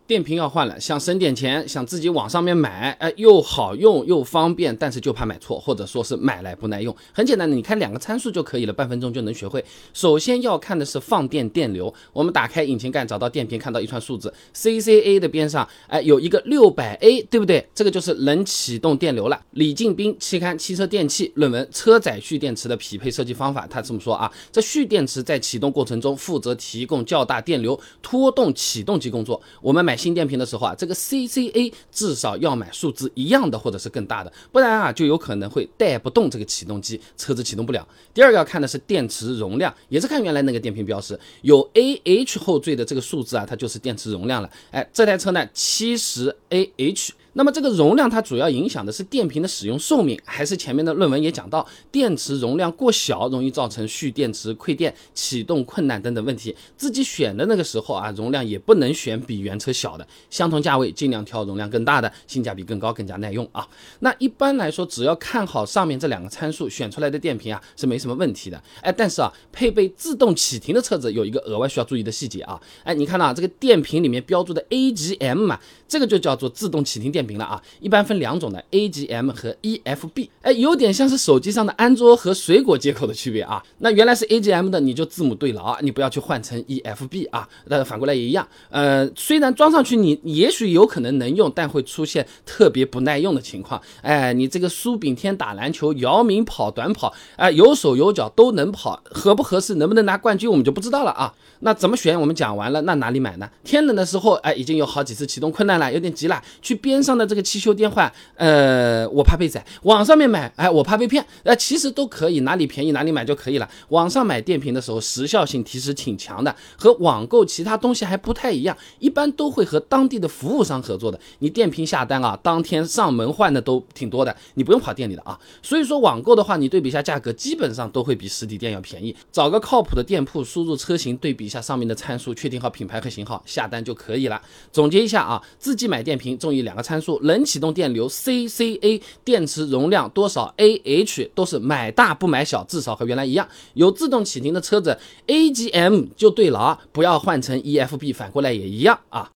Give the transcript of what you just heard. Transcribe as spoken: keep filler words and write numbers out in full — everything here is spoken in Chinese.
电瓶要换了，想省点钱，想自己网上面买，哎，又好用又方便，但是就怕买错，或者说是买来不耐用。很简单的，你看两个参数就可以了，半分钟就能学会。首先要看的是放电电流，我们打开引擎盖，找到电瓶，看到一串数字 C C A 的边上，哎，有一个 六百 A， 对不对？这个就是能启动电流了。李敬斌期刊《汽车电器》论文《车载蓄电池的匹配设计方法》，他这么说啊，这蓄电池在启动过程中负责提供较大电流，拖动启动机工作。我们买新电瓶的时候啊，这个 C C A 至少要买数字一样的或者是更大的，不然啊就有可能会带不动这个启动机，车子启动不了。第二个要看的是电池容量，也是看原来那个电瓶标识，有 A H 后缀的这个数字啊，它就是电池容量了。哎，这台车呢七十 A H。那么这个容量它主要影响的是电瓶的使用寿命，还是前面的论文也讲到，电池容量过小容易造成蓄电池溃电、启动困难等等问题。自己选的那个时候啊，容量也不能选比原车小的，相同价位尽量挑容量更大的，性价比更高，更加耐用啊。那一般来说，只要看好上面这两个参数，选出来的电瓶啊是没什么问题的。哎，但是啊，配备自动启停的车子有一个额外需要注意的细节啊。哎，你看到、啊、这个电瓶里面标注的 A G M 嘛，这个就叫做自动启停电瓶了啊，一般分两种的 A G M 和 E F B， 哎，有点像是手机上的安卓和水果接口的区别啊。那原来是 A G M 的，你就字母对牢啊，你不要去换成 E F B 啊。但反过来也一样，呃，虽然装上去你也许有可能能用，但会出现特别不耐用的情况。哎，你这个苏炳添打篮球，姚明跑短跑，哎，有手有脚都能跑，合不合适，能不能拿冠军，我们就不知道了啊。那怎么选？我们讲完了，那哪里买呢？天冷的时候，哎，已经有好几次启动困难了，有点急了，去边上的这个汽修店换，呃，我怕被宰；网上面买，哎，我怕被骗。呃，其实都可以，哪里便宜哪里买就可以了。网上买电瓶的时候，时效性其实挺强的，和网购其他东西还不太一样，一般都会和当地的服务商合作的。你电瓶下单啊，当天上门换的都挺多的，你不用跑店里的啊。所以说网购的话，你对比一下价格，基本上都会比实体店要便宜。找个靠谱的店铺，输入车型，对比一下上面的参数，确定好品牌和型号，下单就可以了。总结一下啊，自己买电瓶注意两个参数：能启动电流 C C A， 电池容量多少 A H， 都是买大不买小，至少和原来一样。有自动启停的车子 A G M 就对了啊，不要换成 E F B， 反过来也一样啊。